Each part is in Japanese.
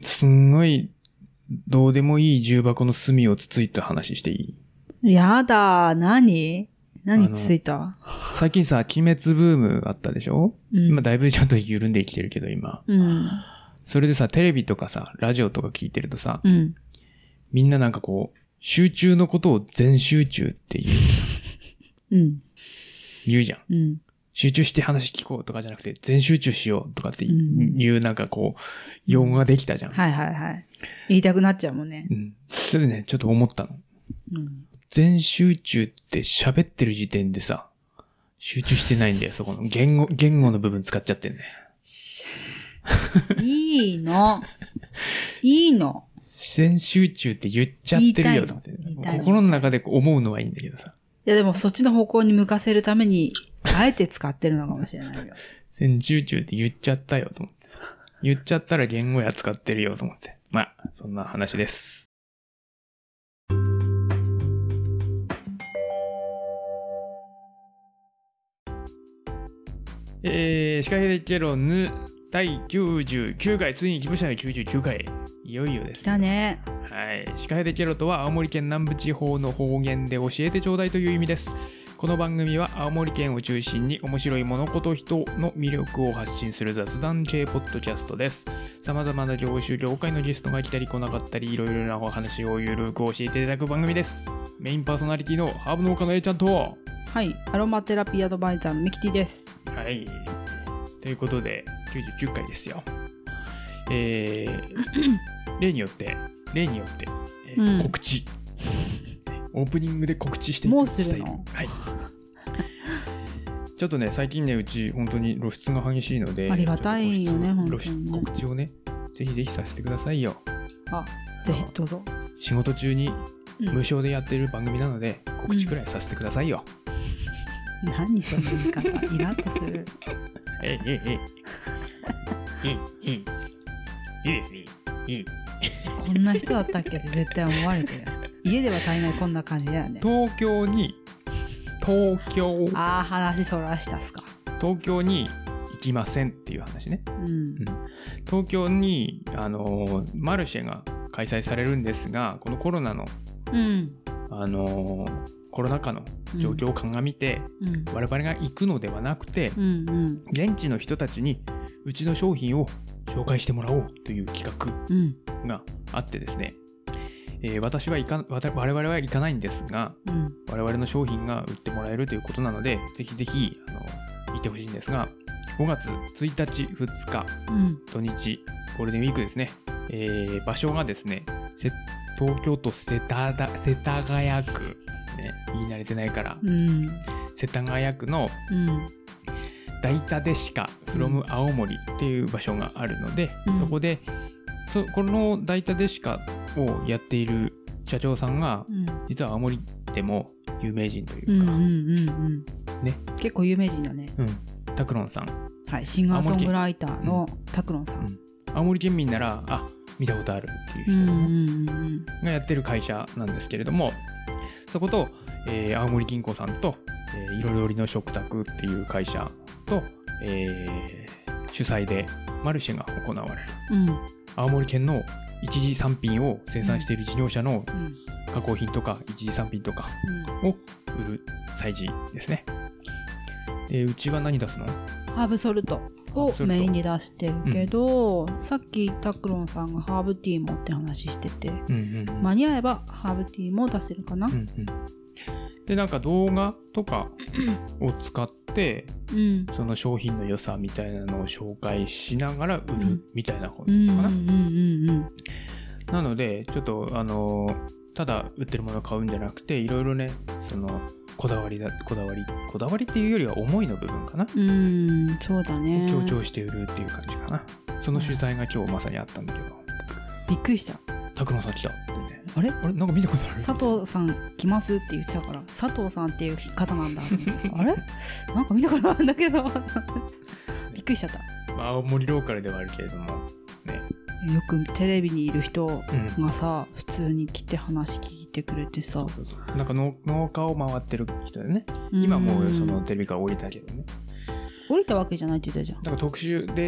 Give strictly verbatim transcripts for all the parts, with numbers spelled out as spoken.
すんごいどうでもいい重箱の隅をつついた話していい？ やだ、何何つついた？ 最近さ、鬼滅ブームあったでしょ？うん、今だいぶちょっと緩んできてるけど今、うん、それでさ、テレビとかさ、ラジオとか聞いてるとさ、うん、みんななんかこう集中のことを全集中って言う、うん、言うじゃん、うん、集中して話聞こうとかじゃなくて全集中しようとかっていう、うん、なんかこう用語ができたじゃん、うん、 はいはいはい、言いたくなっちゃうもんね、 うん、それでねちょっと思ったの、うん、全集中って喋ってる時点でさ集中してないんだよ。そこの言語言語の部分使っちゃってんだよ。 いいのいいの全集中って言っちゃってるよと思って、心の中で思うのはいいんだけどさ。 いやでもそっちの方向に向かせるためにあえて使ってるのかもしれないよ。 全集中って言っちゃったよと思ってさ。言っちゃったら言語や使ってるよと思って。まあそんな話です。えー、シカヘデケロヌだいきゅうじゅうきゅうかい、ついに来ましたね。きゅうじゅうきゅうかい、いよいよです。 だね。 はい。シカヘデケロとは青森県南部地方の方言で教えてちょうだいという意味です。この番組は青森県を中心に面白い物事人の魅力を発信する雑談系ポッドキャストです。様々な業種業界のゲストが来たり来なかったり、いろいろなお話をゆるく教えていただく番組です。メインパーソナリティのハーブ農家の A ちゃんと、 はい、アロマテラピーアドバイザーのミキティです。 はい。ということできゅうじゅうきゅうかいですよ。えー、例によって例によって、えーうん、告知オープニングで告知していくスタイル。 もうするの？ はい。ちょっとね最近ねうち本当に露出が激しいのでありがたいよね本当にね。 告知をねぜひぜひさせてくださいよ。 あ、ぜひどうぞ。 仕事中に無償でやってる番組なので、うん、告知くらいさせてくださいよ。 うん、何その言い方イラッとする。 えいえいえいいいいいいですね。いいこんな人だったっけって絶対思われてる。家では大概こんな感じだよね。 東京に東京ああ話そらしたっすか。 東京に行きませんっていう話ね、うんうん、東京にあのマルシェが開催されるんですが、このコロナの、うん、あのコロナ禍の状況を鑑みて、うん、我々が行くのではなくて、うんうん、現地の人たちにうちの商品を紹介してもらおうという企画があってですね、うんえー、私は行か我々は行かないんですが、うん、我々の商品が売ってもらえるということなのでぜひぜひあの行ってほしいんですが、ごがつついたちふつか、うん、土日ゴールデンウィークですね、えー、場所がですね東京都世田だ世田谷区、ね、言い慣れてないから、うん、世田谷区の、うん大田デシカ from 青森っていう場所があるので、うん、そこでそこの大田デシカをやっている社長さんが、うん、実は青森でも有名人というか、うんうんうんうんね、 結構有名人だね、 うん、タクロンさん、 はい、シンガーソングライターのタクロンさん、うん、 青森県民ならあ見たことあるっていう人、うんうんうん、がやってる会社なんですけれども、そこと、えー、青森銀行さんと、えー、彩りの食卓っていう会社と、えー、主催でマルシェが行われる、うん、青森県の一次産品を生産している事業者の加工品とか一次産品とかを売る催事ですね。でうちは何出すの？ ハーブソルトをメインに出してるけど、うん、さっきタクロンさんがハーブティーもって話してて、うんうんうん、間に合えばハーブティーも出せるかな、うんうん、 でなんか動画とかを使って、うん、その商品の良さみたいなのを紹介しながら売るみたいなコンセプトかな、うんうんうんうん、なのでちょっとあのただ売ってるものを買うんじゃなくていろいろねそのこだわりだこだわりこだわりっていうよりは思いの部分かな、 うんそうだね強調して売るっていう感じかな。その取材が今日まさにあったんだけど、 びっくりした。 タクロンさん来たってね。 あれあれなんか見たことある。 佐藤さん来ますって言ってたから佐藤さんっていう方なんだあれなんか見たことあるんだけどびっくりしちゃった、 まあ、青森ローカルではあるけれどもね、 よくテレビにいる人がさ、うん、普通に来て話聞いてくれてさ、 そうそうそうなんか農家を回ってる人だよね。今もうそのテレビから降りたけどね。 降りたわけじゃないって言ったじゃん。 だから特集で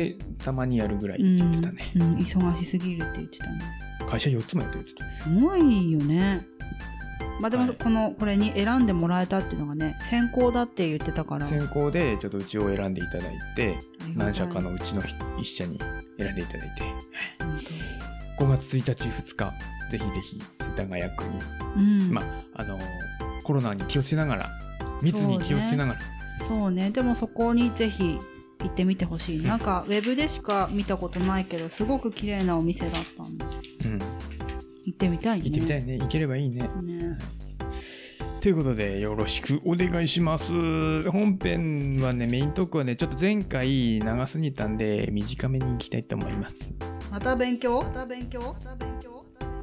たまにやるぐらいって言ってたね、 うんうん、忙しすぎるって言ってたね。 会社よっつもやってるって言ってた。 すごいよね。まあでもこの、はい、これに選んでもらえたっていうのがね、先行だって言ってたから、 先行でちょっとうちを選んでいただいて、何社かのうちの一社に選んでいただいて、ごがつついたちふつかぜひぜひ世田谷区に、うん、まああのコロナに気をつけながら、密に気をつけながら、 そうね、そうね。でもそこにぜひ行ってみてほしい、うん、なんかウェブでしか見たことないけどすごく綺麗なお店だったんで、うん、行ってみたいね。 行ってみたいね。行ければいいね。ね。ということでよろしくお願いします。本編はね、メイントークはね、ちょっと前回長すぎたんで短めに行きたいと思います。 また勉強また勉強また勉強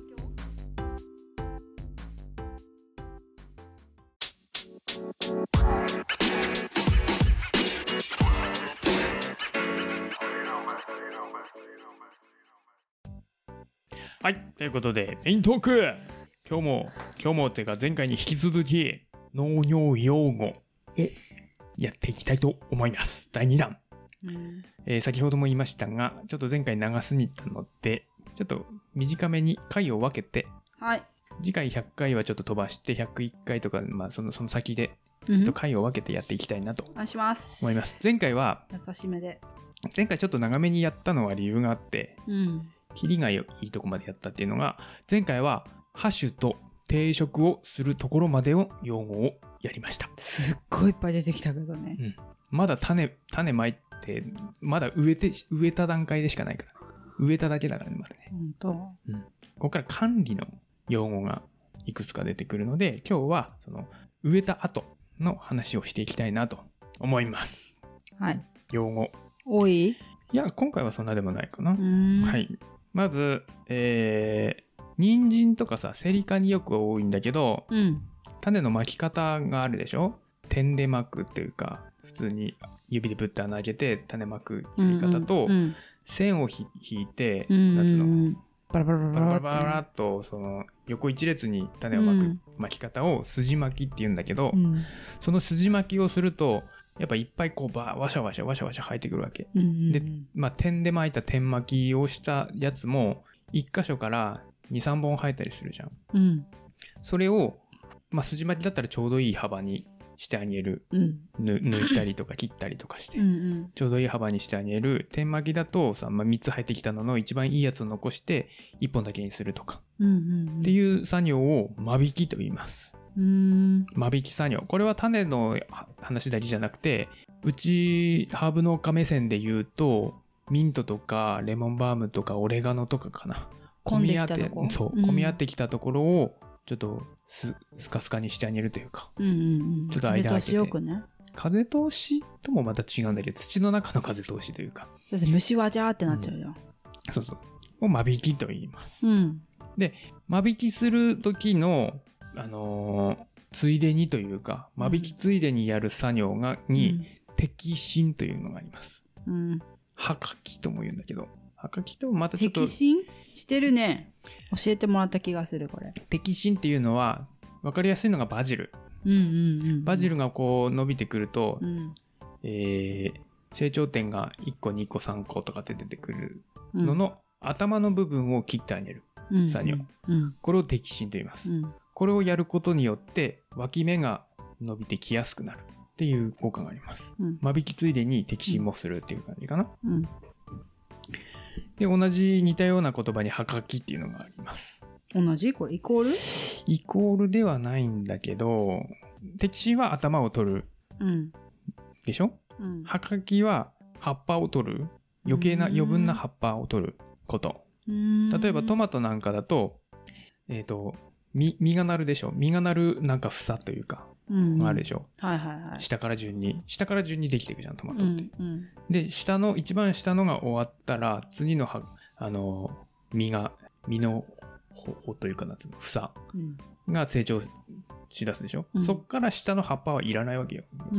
はい、ということでメイントーク、今日も今日もというか前回に引き続き農業用語をやっていきたいと思います。だいにだん、うんえー、先ほども言いましたが、ちょっと前回長すぎたのでちょっと短めに回を分けて、 はい、 次回ひゃっかいはちょっと飛ばしてひゃくいっかいとか、まあ、そのその先でちょっと回を分けてやっていきたいなと思います。思います。前回は優しめで、 前回ちょっと長めにやったのは理由があって、 うんキリがいいとこまでやったっていうのが、前回はハッシュと定食をするところまでを用語をやりました。 すっごいいっぱい出てきたけどね、 うん、まだ種種まいてまだ植えて植えた段階でしかないから、植えただけだからね、まだね。 本当、 うん、ここから管理の用語がいくつか出てくるので、今日はその植えた後の話をしていきたいなと思います。 はい。 用語多い？ いや、今回はそんなでもないかな。はい。まず、えー、人参とかさ、セリ科によく多いんだけど、 うん、 種の巻き方があるでしょ。点で巻くっていうか、普通に指でぶって穴開けて種巻くやり方と、うんうん、線を引いて、うん、夏のバラバラバラバラバラっとその横一列に種を巻く巻き方を筋巻きって言うんだけど、うん、その筋巻きをするとやっぱいっぱいこうバーワシャワシャワシャワシャ生えてくるわけ、うんうん、で、まあ、点で巻いた点巻きをしたやつも一箇所からにさんぼん生えたりするじゃん、 うん、 それを、まあ、筋巻きだったらちょうどいい幅にしてあげる、うん、抜いたりとか切ったりとかしてうん、うん、ちょうどいい幅にしてあげる。点巻きだとさ、まあ、みっつ生えてきたのの一番いいやつを残していっぽんだけにするとか、うんうんうん、っていう作業を間引きと言います。 うーん、 間引き作業、これは種の話だけじゃなくて、うちハーブ農家目線で言うとミントとかレモンバームとかオレガノとかかな、 混み合ってそう、うん、混み合ってきたところをちょっと ス, スカスカにしてあげるというか、 うんうんうん、 ちょっと間空けて、風通しよくね、 風通しともまた違うんだけど、土の中の風通しというか、 だって虫はじゃーってなっちゃうよ、うん、 そうそうを間引きと言います、 うん、 で間引きする時のあのー、ついでにというか間引きついでにやる作業が、うん、に摘心というのがあります、 うん、 はかきとも言うんだけど、はかきともまたちょっと摘心してるね、教えてもらった気がする。これ摘心っていうのは分かりやすいのがバジル、 うんうんうんうん、 バジルがこう伸びてくると、 うん、 えー、成長点がいっこにこさんことかって出てくるのの、うん、頭の部分を切ってあげる作業、 うんうんうん、 これを摘心と言います、 うん、 これをやることによって脇芽が伸びてきやすくなるっていう効果があります、うん、間引きついでに摘心もするっていう感じかな、 うん、 で同じ似たような言葉にはかきっていうのがあります。 同じ？これイコール？ イコールではないんだけど、摘心は頭を取る、 うん、 でしょ、 うん、 はかきは葉っぱを取る、余計な余分な葉っぱを取ること。例えばトマトなんかだと、えっと、実、実がなるでしょ、実がなるなんか房というか、 うんうん、 あるでしょ、 はいはいはい、 下から順に下から順にできていくじゃんトマトって、 うんうん、 で下の一番下のが終わったら次のはあの実が実の穂というかなんつうの房が成長しだすでしょ、うん、そっから下の葉っぱはいらないわけよ、 うん、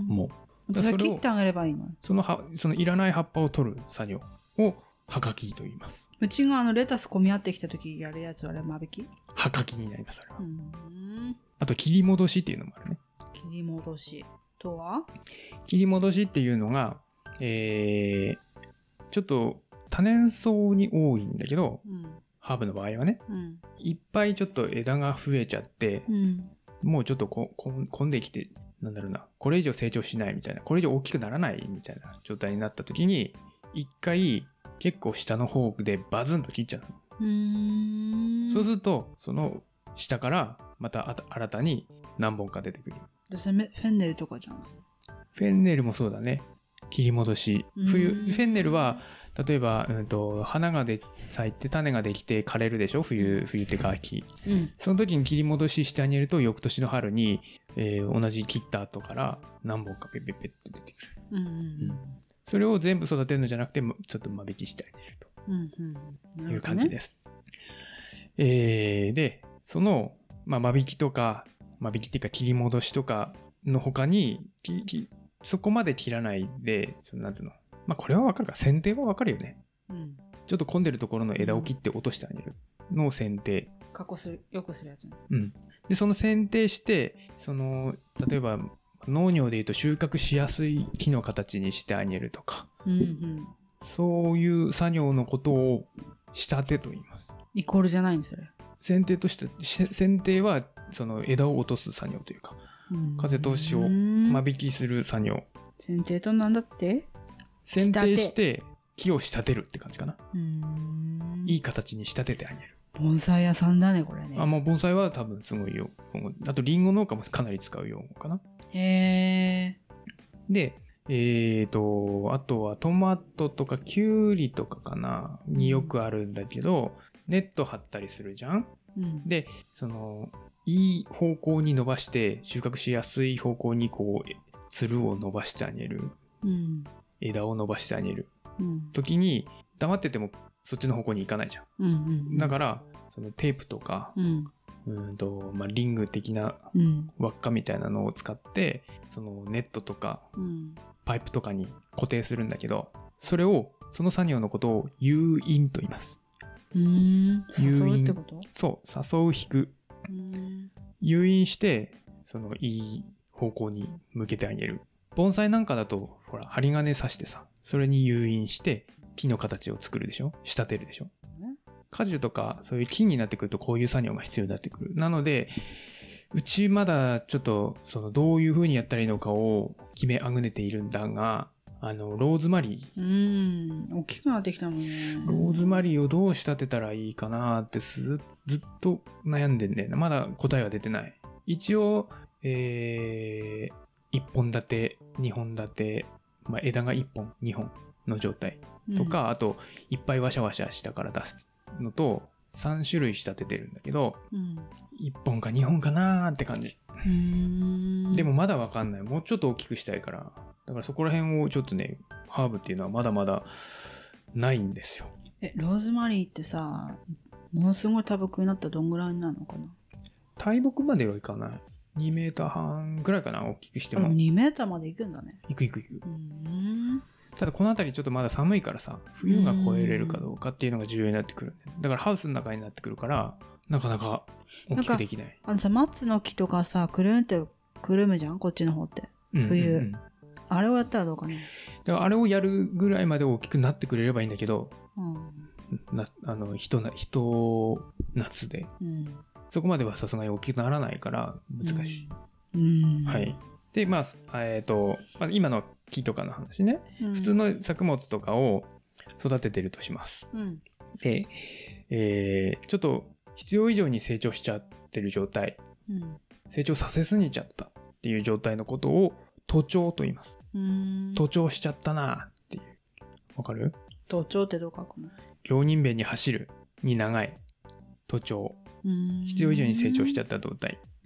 もうそれ切ってあげればいいの？ その葉そのいらない葉っぱを取る作業をはかきと言います。 うちがあのレタス混み合ってきた時やるやつはあれ間引き？ はかきになります。あれは、 うん、 あと切り戻しっていうのもあるね。 切り戻しとは？ 切り戻しっていうのが、えー、 ちょっと多年草に多いんだけど、うん、ハーブの場合はね、うん、いっぱいちょっと枝が増えちゃって、うん、もうちょっとここ混んできて、なんだろうな、これ以上成長しないみたいな、これ以上大きくならないみたいな状態になった時に、一回結構下の方でバズンと切っちゃうの。うーん、そうするとその下からまた新たに何本か出てくる。 フェンネルとかじゃん。 フェンネルもそうだね。切り戻し。冬フェンネルは例えば、うん、と花がで咲いて種ができて枯れるでしょ、冬冬ってか秋、うん、その時に切り戻ししてあげると翌年の春に、えー、同じ切った後から何本かペペペって出てくる、うんうんうん、それを全部育てるのじゃなくてちょっと間引きしてあげると、うんうん、いう感じです、ねえー、でその、まあ、間引きとか間引きっていうか切り戻しとかの他にききそこまで切らないでそのなんつうの、まあこれはわかるか、剪定はわかるよね、うん、ちょっと混んでるところの枝を切って落としてあげるのを剪定、 加工するよくするやつ、ね、 うんでその剪定してその例えば農業でいうと収穫しやすい木の形にしてあげるとか、うんうん、そういう作業のことを仕立てと言います。 イコールじゃないんですよね。 剪定として剪定はその枝を落とす作業というか、うん、風通しを間引きする作業。 剪定となんだって？ 剪定して木を仕立てるって感じかな。うーん、いい形に仕立ててあげる。 盆栽屋さんだねこれね。 あ、もう盆栽は多分すごいよ。あとリンゴ農家もかなり使う用語かな。 へー。 で、えーとあとはトマトとかキュウリとかかなによくあるんだけど、ネット張ったりするじゃん。うん、でそのいい方向に伸ばして収穫しやすい方向にこうつるを伸ばしてあげる。うん、枝を伸ばしてあげる、うん、時に黙っててもそっちの方向に行かないじゃん、うんうんうん、だからそのテープとか、うん、うんとまあ、リング的な輪っかみたいなのを使って、うん、そのネットとか、うん、パイプとかに固定するんだけど、それをその作業のことを誘引と言います。 うーん、誘うってこと？ そう、誘う引く、うーん、誘引してそのいい方向に向けてあげる。盆栽なんかだとほら針金刺してさ、それに誘引して木の形を作るでしょ、仕立てるでしょ。果樹とかそういう木になってくるとこういう作業が必要になってくる。なのでうちまだちょっとそのどういう風にやったらいいのかを決めあぐねているんだが、あのローズマリー、 うーん、大きくなってきたもんね。 ローズマリーをどう仕立てたらいいかなってずずっと悩んでんだよね。まだ答えは出てない。一応えーいっぽん立て、にほん立て、まあ、枝がいっぽん、にほんの状態とか、うん、あといっぱいワシャワシャ下から出すのとさん種類仕立ててるんだけど、うん、いっぽんかにほんかなーって感じ。うーん、でもまだわかんない。もうちょっと大きくしたいから。だからそこら辺をちょっとね、ハーブっていうのはまだまだないんですよ。 え、ローズマリーってさ、ものすごい多木になったらどんぐらいになるのかな？ 大木まではいかない。にメーター半ぐらいかな、大きくしても。 にメーターまで行くんだね。 行く行く行く。うん、ただこの辺りちょっとまだ寒いからさ、冬が越えれるかどうかっていうのが重要になってくるんで、だからハウスの中になってくるからなかなか大きくできない。 あのさ、松の木とかさ、くるんってくるむじゃん、こっちの方って冬、うんうんうん、あれをやったらどうかね。 だからあれをやるぐらいまで大きくなってくれればいいんだけど、うん、なあのひとなひと夏で、うん、そこまではさすがに大きくならないから難しい、うんうん、はい。でまあえっ、ー、と、まあ、今の木とかの話ね、うん、普通の作物とかを育ててるとします、うん、で、えー、ちょっと必要以上に成長しちゃってる状態、うん、成長させすぎちゃったっていう状態のことを徒長と言います。うーん、徒長しちゃったなっていう。わかる？ 徒長ってどう書くの？ 両人弁に走るに長い徒長。必要以上に成長しちゃった状態。うん、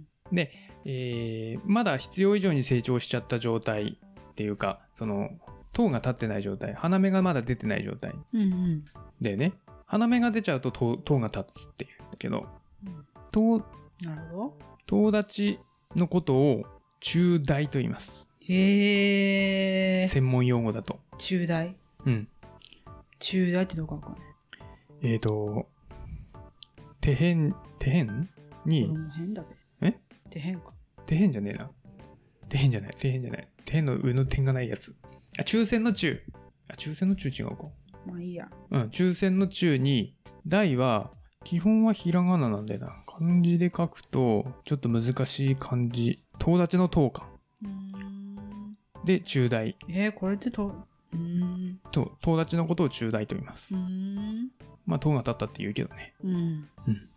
で、えー、まだ必要以上に成長しちゃった状態っていうか、その糖が立ってない状態、花芽がまだ出てない状態、うんうん、でね、花芽が出ちゃうと糖が立つっていうんだけど、うん、糖、 なるほど。 糖立ちのことを中大と言います。 へー。 専門用語だと。 中大。うん。中大ってどうかわかんない。 えーと、手辺、手辺に。 これも変だべ。え？ 手辺か。 手辺じゃねえな。手辺じゃない。手辺じゃない。手辺の上の点がないやつ。あ、中線の中。 あ、中線の中違うか。 まあいいや。 うん、中線の中に、大は、基本はひらがななんだよな。漢字で書くと、ちょっと難しい漢字。とう立ちのとうか。うーんで、中大。 えー、これってと、うーん。 と、とう立ちのことを中大と言います。うーん。まあ、とうが立ったって言うけどね。うん。うん。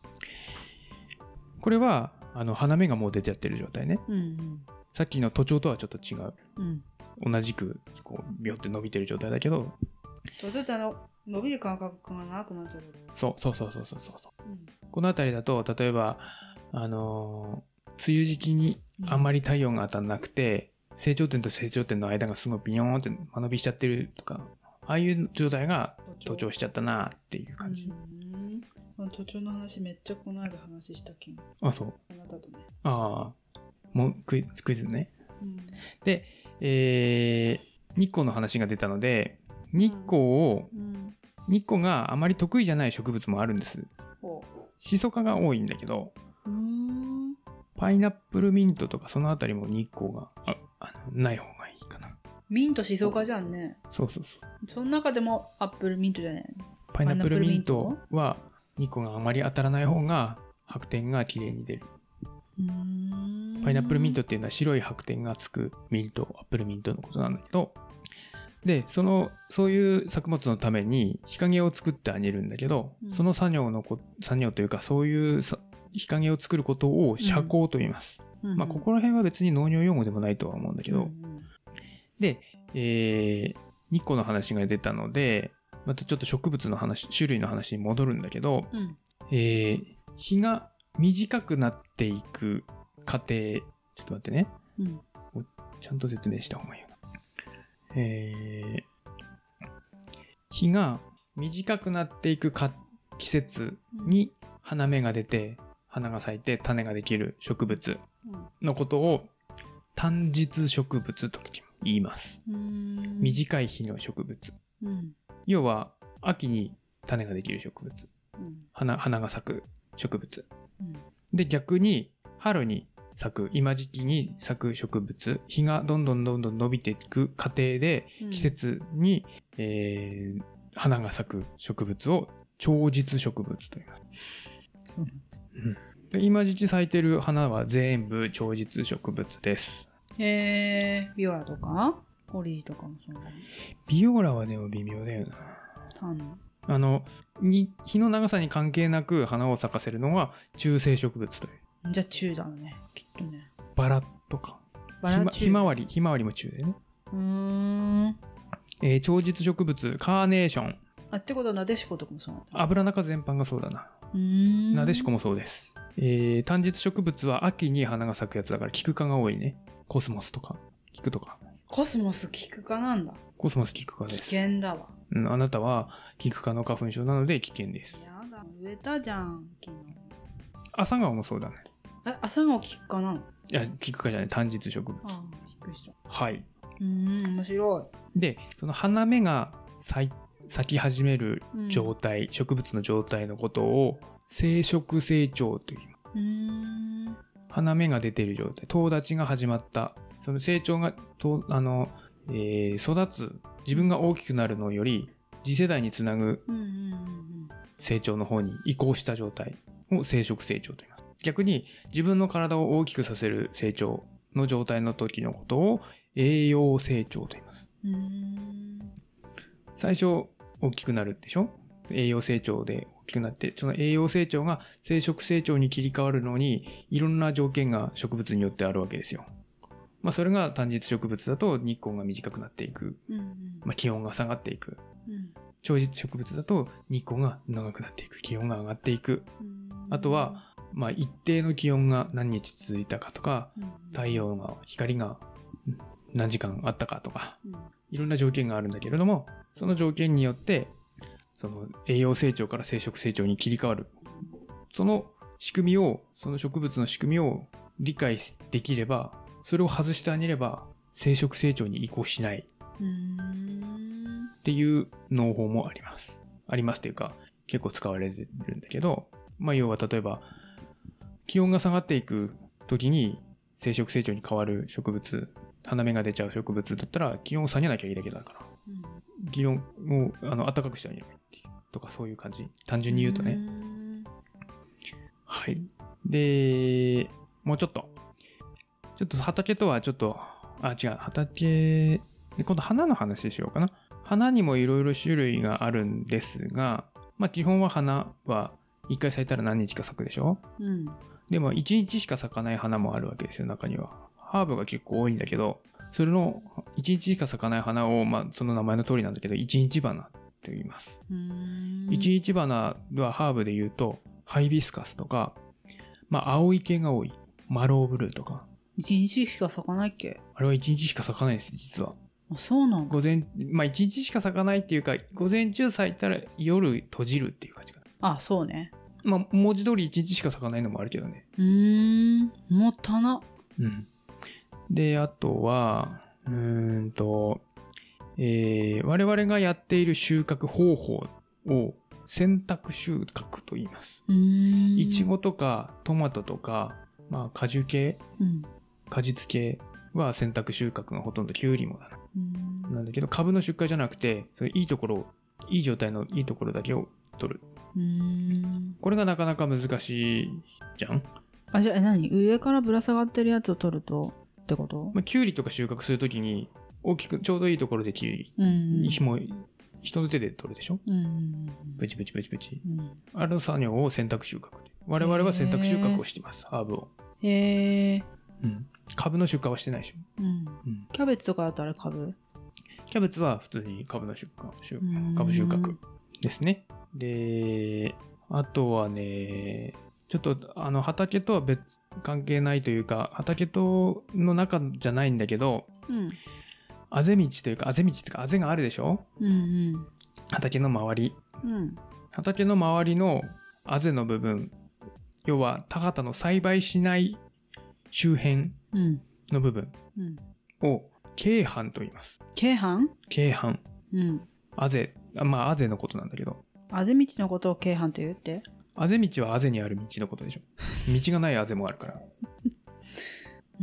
これは、あの、花芽がもう出ちゃってる状態ね。うんうん。さっきの徒長とはちょっと違う。うん。同じく、こう、ビョって伸びてる状態だけど。 徒長ってあの、伸びる感覚が長くなっちゃう。 そうそうそうそうそうそう、うん、この辺りだと例えばあのー、梅雨時期にあんまり太陽が当たんなくて、うん、成長点と成長点の間がすごいビヨーンって間延びしちゃってるとか、ああいう状態が徒長しちゃったなっていう感じ。 うん、徒長の話めっちゃこの間話した気が。 あ、そう。 あなたとね。 ああ、もうクイズ、クイズね。うん、で、えー、日光の話が出たので、日光を、うんうん日光があまり得意じゃない植物もあるんです。シソ科が多いんだけど、うーんパイナップルミントとかそのあたりも日光がああのない方がいいかな。 ミントシソ科じゃんね。 そうそうそう。 その中でもアップルミントじゃない。 パイナップルミントは日光があまり当たらない方が白点が綺麗に出る。うーんパイナップルミントっていうのは白い白点がつくミント、アップルミントのことなんだけど、で、その、そういう作物のために日陰を作ってあげるんだけど、うん、その作業のこ、作業というか、そういう日陰を作ることを遮光と言います。うん、まあ、ここら辺は別に農業用語でもないとは思うんだけど、うん、で、えー、日光の話が出たので、またちょっと植物の話、種類の話に戻るんだけど、うん、えー、日が短くなっていく過程、ちょっと待ってね。うん、ちゃんと説明した方がいいよ。えー、日が短くなっていくか季節に花芽が出て花が咲いて種ができる植物のことを短日植物と言います。短い日の植物、うん、要は秋に種ができる植物、うん、花, 花が咲く植物、うん、で逆に春に咲く今時期に咲く植物、日がどんどんどんどん伸びていく過程で季節に、うんえー、花が咲く植物を長日植物と言います、うん、で今時期咲いてる花は全部長日植物です。 へー、ビオラとかオリーとかもそうだね。 ビオラはでも微妙だよな。あの日の長さに関係なく花を咲かせるのが中性植物という。 じゃあ中だね、きっとね。 バラとか。バラひまわり、ひまわりも中でね。うーん。えー、長日植物、カーネーション。 あ、ってことはなでしことかもそうなんだ。 アブラナ科全般がそうだな。うーん。なでしこもそうです。えー、短日植物は秋に花が咲くやつだから、キク科が多いね。コスモスとか、キクとか。 コスモスキク科なんだ。 コスモスキク科です。 危険だわ。 うん、あなたはキク科の花粉症なので危険です。 やだ、植えたじゃん、昨日。 朝顔もそうだね。 え、朝顔キク科なの？いや、キク科じゃない、短日植物。ああ、 びっくりした。 はい。 うーん、面白い。で、その花芽が咲き始める状態、うん、植物の状態のことを生殖成長と言います。うーん。花芽が出ている状態、とう立ちが始まった、その成長がとあの、えー、育つ、自分が大きくなるのより次世代につなぐ成長の方に移行した状態を生殖成長と言います。逆に自分の体を大きくさせる成長の状態の時のことを栄養成長と言います。うーん。最初大きくなるでしょ？栄養成長で大きくなって、その栄養成長が生殖成長に切り替わるのにいろんな条件が植物によってあるわけですよ。まあそれが短日植物だと日光が短くなっていく。うんうん、まあ気温が下がっていく。うん、長日植物だと日光が長くなっていく。気温が上がっていく。あとは、まあ一定の気温が何日続いたかとか、太陽が、光が何時間あったかとか、いろんな条件があるんだけれども、その条件によって、その栄養成長から生殖成長に切り替わる。その仕組みを、その植物の仕組みを理解できれば、それを外してあげれば生殖成長に移行しない。うーんっていう農法もあります。ありますっていうか、結構使われてるんだけど、まあ要は例えば、気温が下がっていく時に生殖成長に変わる植物、花芽が出ちゃう植物だったら気温を下げなきゃいいだけだから。 議論をあの暖かくしてあげるとか、そういう感じ。単純に言うとね。はい。で、もうちょっと。ちょっと畑とはちょっと、あ、違う、畑、で今度花の話しようかな。花にもいろいろ種類があるんですが、まあ基本は花はいっかい咲いたら何日か咲くでしょ。うん。でもいちにちしか咲かない花もあるわけですよ、中には。ハーブが結構多いんだけど、それのいちにちしか咲かない花を、まあその名前の通りなんだけど、いちにち花と言います。いちにち花はハーブで言うと、ハイビスカスとか、まあ青い系が多い。マローブルーとか。 いちにちしか咲かないっけ？ あれはいちにちしか咲かないです、実は。 あ、そうなんだ。 午前、まあいちにちしか咲かないっていうか、午前中咲いたら夜閉じるっていう感じかな。あ、そうね。 まあ文字通りいちにちしか咲かないのもあるけどね。 うーん、もったな。 うん。で、あとは、うーんと、えー、我々がやっている収穫方法を選択収穫と言います。いちごとかトマトとか、まあ果樹系、うん、果実系は選択収穫がほとんど、キュウリもだな。なんだけど株の出荷じゃなくて、それいいところ、いい状態のいいところだけを取る。うーん、これがなかなか難しいじゃん。 あ、じゃあ何？上からぶら下がってるやつを取るとってこと？ まあ、キュウリとか収穫するときに大きくちょうどいいところでキュウリ、うん、石も人の手で取るでしょ。うん、ブチブチブチブチ、うん、ある作業を選択収穫で、我々は選択収穫をしてます。ハーブを。へえ。うん。株の出荷はしてないでしょ。うん。うん、 キャベツとかだったら株？ キャベツは普通に株の出荷、株収穫ですね。で、あとはね、ちょっとあの畑とは別関係ないというか、畑との中じゃないんだけど、うん、あぜ道というか、あぜ道っていうか、あぜがあるでしょ。うんうん、畑の周り、うん。畑の周りのあぜの部分、要は田畑の栽培しない周辺の部分を径範と言います。 径範？ 径範。うん。あぜ、まああぜのことなんだけど。 あぜ道のことを径範って言うって？ あぜ道はあぜにある道のことでしょ。道がないあぜもあるから。うん、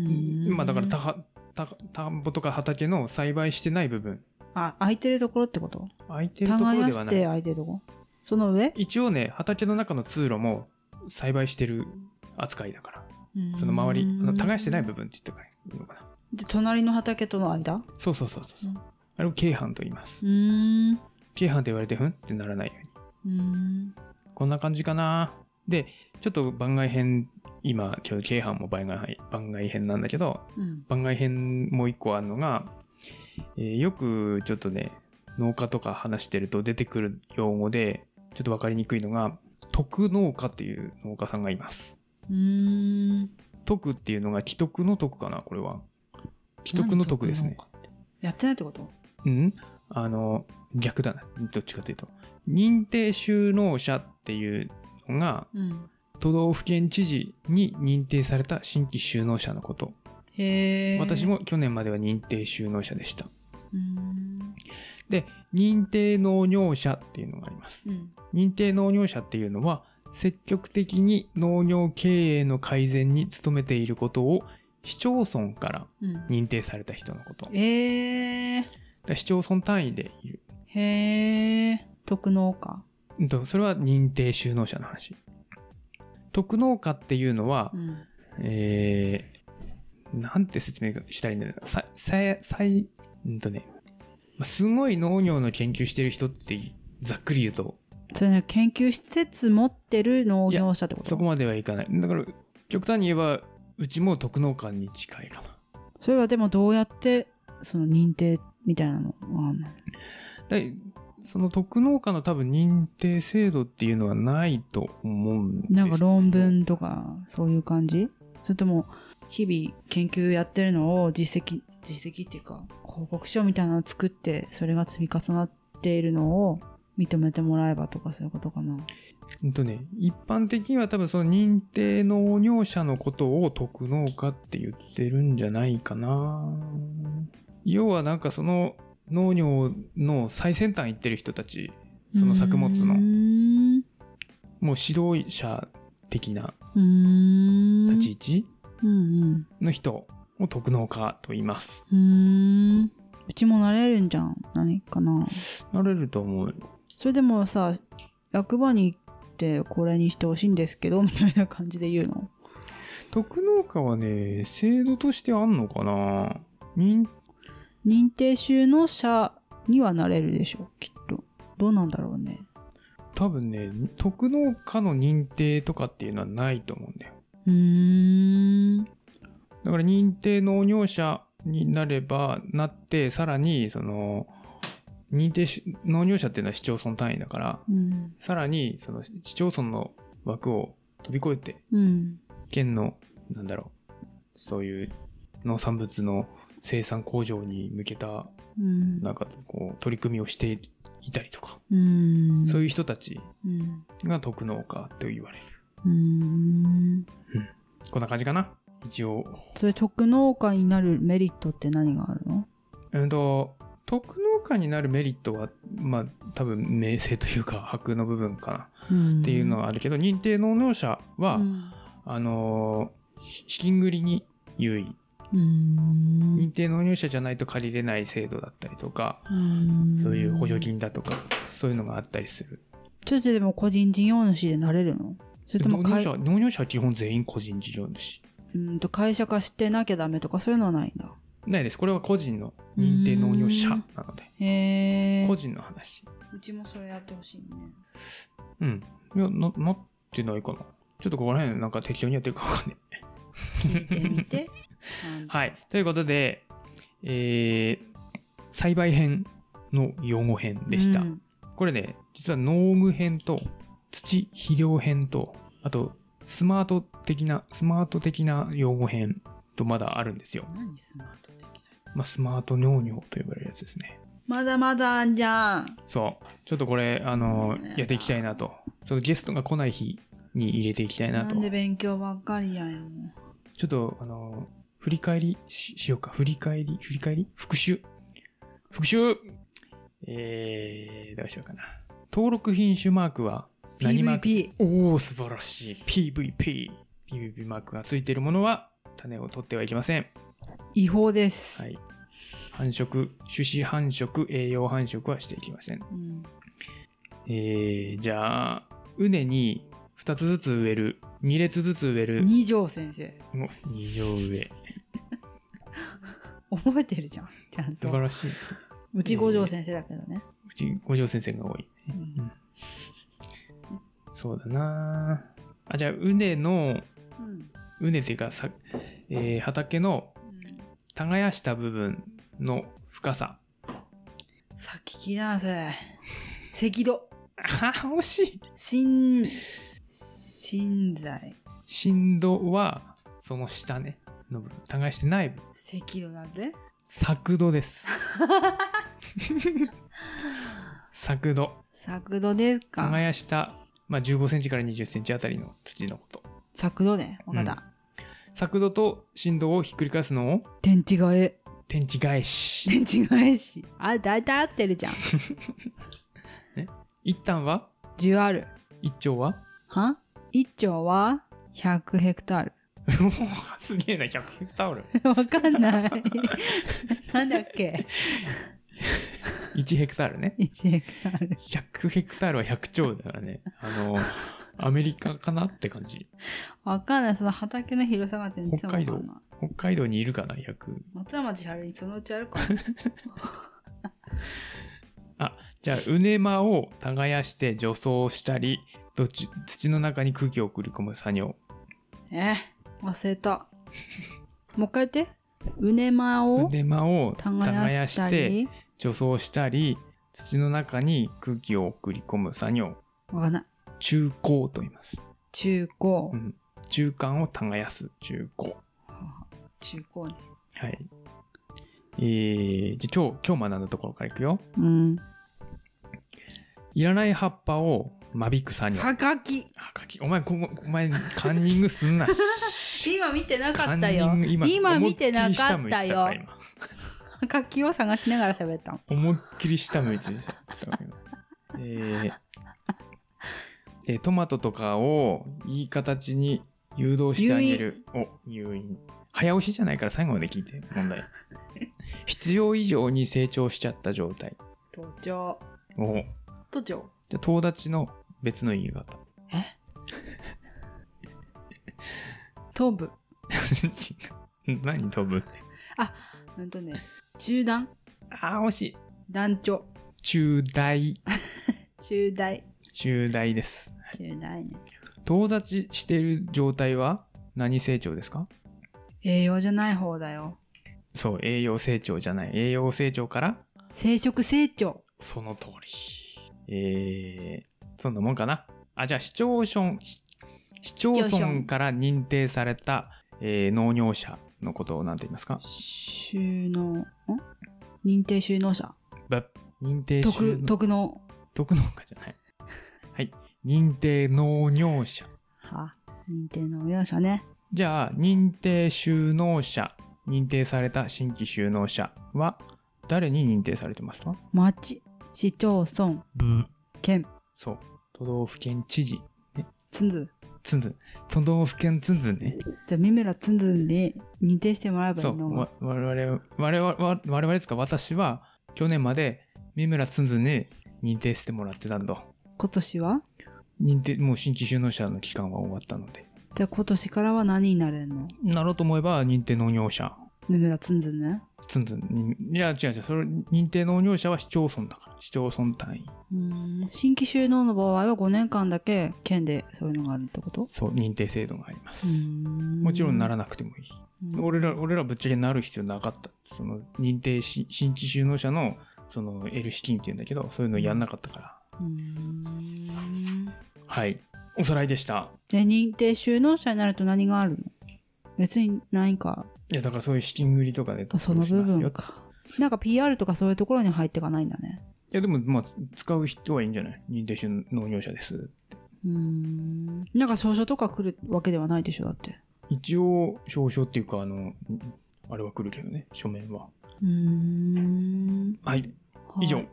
まあだから田田田んぼとか畑の栽培してない部分。 あ、空いてるところってこと？ 空いてるところではない。 耕して空いてるところ？その上？ 一応ね、畑の中の通路も栽培してる扱いだから。その周り、あの耕してない部分って言ったからいいのかな。 で、隣の畑との間？ そうそうそうそう。うん、あれを径範と言います。うーん。径範って言われてふんってならないように。うーん。こんな感じかな。で、ちょっと番外編、今、今日、京阪も番外番外編なんだけど、うん、番外編もう一個あるのが、えー、よくちょっとね、農家とか話してると出てくる用語で、ちょっと分かりにくいのが、徳農家っていう農家さんがいます。うーん。徳っていうのが既得の徳かな、これは。既得の徳ですね。 やってないってこと？ うん。あの、逆だな。どっちかというと。認定就農者っていうのが、うん、都道府県知事に認定された新規就農者のこと。へー。私も去年までは認定就農者でした。うーん。で、認定農業者っていうのがあります。うん、認定農業者っていうのは、積極的に農業経営の改善に努めていることを市町村から認定された人のこと。うん、えー。市町村単位でいる。 へー。特農家。 それは認定就農者の話。特農家っていうのは、うん、えー、なんて説明したらいいんだろうな。さ、さ、さい、んとね、すごい農業の研究してる人ってざっくり言うと、 それね、研究施設持ってる農業者ってこと？ そこまではいかない。だから極端に言えばうちも特農家に近いかな。 それはでもどうやってその認定みたいなのがあるの？ だその特農家の多分認定制度っていうのはないと思うんです。 なんか論文とかそういう感じ？それとも日々研究やってるのを実績実績っていうか報告書みたいなのを作ってそれが積み重なっているのを認めてもらえばとかそういうことかな。 うんとね、一般的には多分その認定農業者のことを特農家って言ってるんじゃないかな。要はなんかその農業の最先端行ってる人たち、その作物のもう指導者的な立ち位置の人を特農家と言います。うーん、 うちもなれるんじゃないかな。 なれると思うよ。 それでもさ、役場に行ってこれにしてほしいんですけどみたいな感じで言うの？ 特農家はね、制度としてあんのかな。認認定就農者にはなれるでしょ、きっと。どうなんだろうね。 多分ね、特農家の認定とかっていうのはないと思うんだよ。 うーん。 だから認定農業者になればなって、さらにその認定農業者っていうのは市町村単位だから、 うん、 さらにその市町村の枠を飛び越えて、 うん、 県のなんだろう、そういう農産物の生産向上に向けた、うん、なんかこう取り組みをしていたりとか、うん、そういう人たちが特農家と言われる。うーん、うん、こんな感じかな一応。 それ特農家になるメリットって何があるの？ うんと特農家になるメリットはまあ多分名声というか箔の部分かなっていうのはあるけど、認定農業者は、うん、あの資金繰りに優位。うーん、認定農業者じゃないと借りれない制度だったりとか、うーん、そういう補助金だとかそういうのがあったりする。 それでも個人事業主でなれるの？それとも農業者、農業者は基本全員個人事業主。 うんと会社化してなきゃダメとかそういうのはないんだ？ ないです。これは個人の認定農業者なので。へー。個人の話。 うちもそれやってほしいね。 うん。いや、な、なってないかな。ちょっとここら辺なんか適当にやってるかわかんない。 聞いてみて。 はい。ということで、えー、栽培編の用語編でした。うん、これね、実は農具編と土肥料編と、あとスマート的な、スマート的な用語編とまだあるんですよ。 何スマート的な？ まあ、スマート農業と呼ばれるやつですね。 まだまだあんじゃん。 そう。ちょっとこれ、あの、やっていきたいなと。そのゲストが来ない日に入れていきたいなと。 なんで勉強ばっかりやよ。 ちょっと、あの、振り返り し, しようか。振り返り振り返り復習復習えー、どうしようかな。登録品種マークは何マーク？ ピーブイピー。おー、素晴らしい。ピーブイピー。ピーブイピー マークがついているものは種を取ってはいけません。 違法です。 はい。繁殖、種子繁殖、栄養繁殖はしていきません。うん、えー、じゃあ、畝にふたつずつ植える、に列ずつ植える。 二条先生。 お、二条植え。 覚えてるじゃん。ちゃんと。 素晴らしいですね。 うち五条先生だけどね。 うち五条先生が多い、ね。うんうん、そうだなあ。じゃあ、畝の、畝、うん、っていうかさ、えー、畑の耕した部分の深さ。 さっき聞いたな、それ。赤土。 あ、惜しい。 新、新材。 新土は、その下ね。の部分。耕してない部分。 赤土なんで？ 作土です。作土。 作土ですか。 耕した、まあ、じゅうごセンチからにじゅっセンチあたりの土のこと。 作土ね。わかった。うん、 作土と新土をひっくり返すのを天地替え。 天地返し。 天地返し。あ、だいたい合ってるじゃん。 ね、一旦はじゅうある。 一丁はは一丁はひゃくヘクタール。 すげえな、ひゃくヘクタール。 わかんない。なんだっけ。 いちヘクタールね。 いちヘクタール。 ひゃくヘクタールはひゃくちょうだからね。あの、アメリカかなって感じ。 わかんない。その畑の広さが全然わかんない。 北海道。北海道にいるかな、ひゃく。 松山千春にそのうちあるかあ、じゃあ、畝間を耕して除草したり、土の中に空気を送り込む作業。 え忘れた。もう一回言って。畝間を畝間を耕して除草したり、土の中に空気を送り込む作業。 わかんない。 中耕と言います。 中耕。 うん。中間を耕す中耕。 中耕ね。 はい。えー、じゃあ今日今日学んだところからいくよ。 うん。 いらない葉っぱを間引く作業。 はがき。 はがき。お前、こお前、カンニングすんなし。 今見てなかったよ。今、今見てなかったよ。はがきを探しながら喋ったの。 思いっきり下向いてた。えーえー、トマトとかをいい形に誘導してあげる。お、誘引。 早押しじゃないから最後まで聞いて問題。必要以上に成長しちゃった状態。 徒長。 お徒長。 じゃあ友達の別の言い方。 え飛ぶ。 違う。何飛ぶって。 あ、うんとね、中断。 あー惜しい。 団長。 中大。 中大。 中大です。 中大ね。 友達してる状態は何成長ですか？ 栄養じゃない方だよ。 そう、栄養成長じゃない。栄養成長から生殖成長。 その通り。えー、そんなもんかな。あ、じゃあ市町村、市町村から認定された、えー、農業者のことを何て言いますか？ 収納、ん認定収納者。 ば認定収納。 特、特納。 特農家じゃない。はい。認定農業者。 はあ、認定農業者ね。 じゃあ、認定収納者、認定された新規収納者は誰に認定されてますか？ 町、市町村、 部、 県。 そう。都道府県知事。ね。 つんず。 つんず。都道府県つんずね。 じゃあ、三村つんずに認定してもらえばいいの？ そう。わ我々、我々、我々ですか、私は去年まで三村つんずに認定してもらってたんだ。 今年は認定、もう新規収納者の期間は終わったので。 じゃあ今年からは何になれるの？ なろうと思えば認定農業者。 三村つんずね。 つんつんに。いや、違う違う。それ、認定農業者は市町村だから。市町村単位。 うーん。新規収納の場合はごねんかんだけ県でそういうのがあるってこと？ そう、認定制度があります。 うーん。 もちろんならなくてもいい。 うん、 俺ら、俺らぶっちゃけなる必要なかった。その、認定し、新規収納者の、その、得る資金って言うんだけど、そういうのやんなかったから。 うーん。 はい。おさらいでした。 で、認定収納者になると何があるの？別にないか。 いや、だからそういう資金繰りとかでその部分か。なんか ピーアール とかそういうところに入っていかないんだね。 いや、でも、まあ、使う人はいいんじゃない？認定収納業者ですって。 うーん。なんか証書とか来るわけではないでしょ、だって。 一応、証書っていうか、あの、あれは来るけどね、書面は。 うーん。 はい。以上。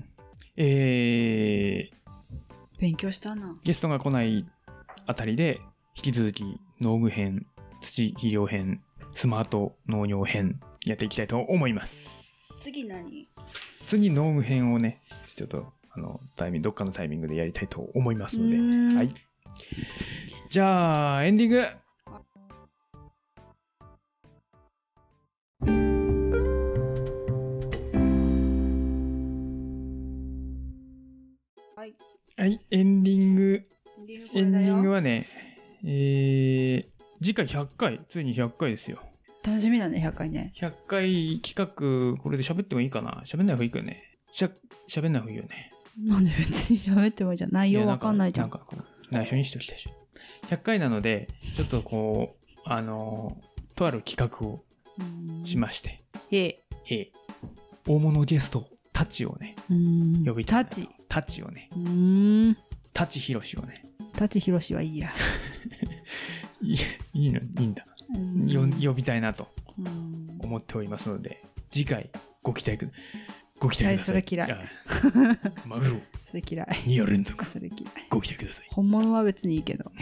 えー、 勉強したな。 ゲストが来ないあたりで、引き続き農具編、土肥料編、スマート農業編やっていきたいと思います。 次何？ 次農具編をね、ちょっとあのタイミングどっかのタイミングでやりたいと思いますので、はい。じゃあエンディング。 はい。 はい、エンディング。エンディングはね、えー、次回ひゃっかい、ついにひゃっかいですよ。 楽しみだね、ひゃっかいね。 ひゃっかい企画、これで喋ってもいいかな？喋んない方がいいかよね。しゃ、喋んない方がいいよね。 なんで別に喋ってもいいじゃん。内容わかんないじゃん。 なんか、なんかこう内緒にしときたいし。ひゃっかいなので、ちょっとこう、あの、とある企画をしまして。 へえ。 へえ。大物ゲストたちをね、呼びたい。 たち。 たちをね。 うーん。 たちひろしをね。 たちひろしはいいや。 いい、いいの、いいんだ。よ呼びたいなと思っておりますので、次回ご期待くご期待ください。 それ嫌い。 マグロ。 それ嫌い。 に夜連続。 それ嫌い。 ご期待ください。 本物は別にいいけど。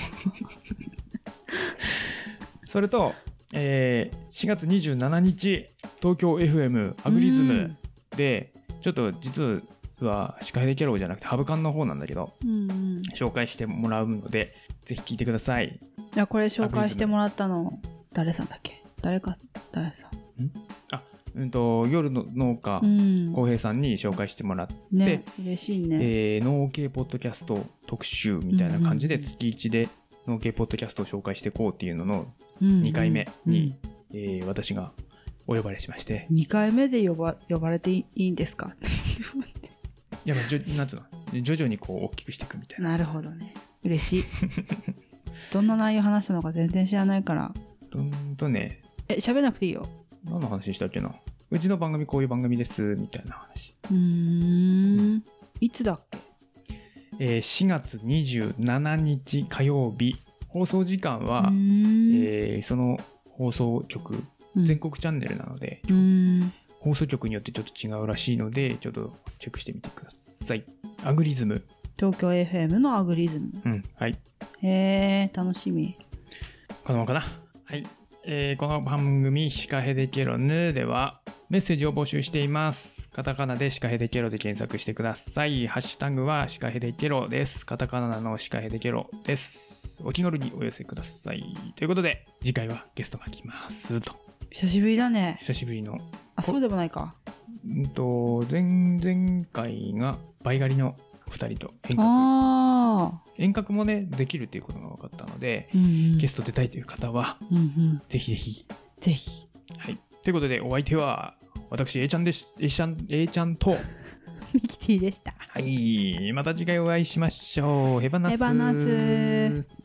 それと、えー、しがつにじゅうしちにち、東京 エフエム アグリズムで、ちょっと実は司会でキャローじゃなくてハブカンの方なんだけど、うんうん、紹介してもらうので、ぜひ聞いてください。 いや、これ紹介してもらったの、誰さんだっけ？誰か、誰さん？ んあ、うんと、夜の農家、浩平さんに紹介してもらって、 ね、嬉しいね。 えー、農系ポッドキャスト特集みたいな感じで、月いちで農系ポッドキャストを紹介していこうっていうののにかいめに、うんうんえー、私がお呼ばれしまして。 にかいめで呼ば、呼ばれていいんですか？ いや、じょなんつうの、徐々にこう大きくしていくみたいな。 なるほどね。嬉しい。どんな内容話したのか全然知らないから。 どんとね。 え、喋んなくていいよ。 何の話したっけな。うちの番組こういう番組ですみたいな話。 うーん。うん、いつだっけ？ えー、しがつにじゅうしちにち火曜日。放送時間は、えー、その放送局、うん、全国チャンネルなので、うん放送局によってちょっと違うらしいので、ちょっとチェックしてみてください。アグリズム。 東京 エフエム のアグリズム。 うん、はい。 へえ、楽しみ。 このままかな。はい。 えー、この番組シカヘデケロヌではメッセージを募集しています。カタカナでシカヘデケロで検索してください。ハッシュタグはシカヘデケロです。カタカナのシカヘデケロです。お気軽にお寄せください。ということで次回はゲストが来ますと。 久しぶりだね。 久しぶりの。 あ、そうでもないか。 うんと前々回がバイガリのふたりと遠隔。 あ遠隔もねできるっていうことが分かったので、 うんうん、 ゲスト出たいという方は、 うんうん、 ぜひぜひぜひ。 はい。ということでお相手は私 A ちゃんです。A ちゃん A ちゃんとミキティでした。 はい。また次回お会いしましょう。ヘバナス。 ヘバナス。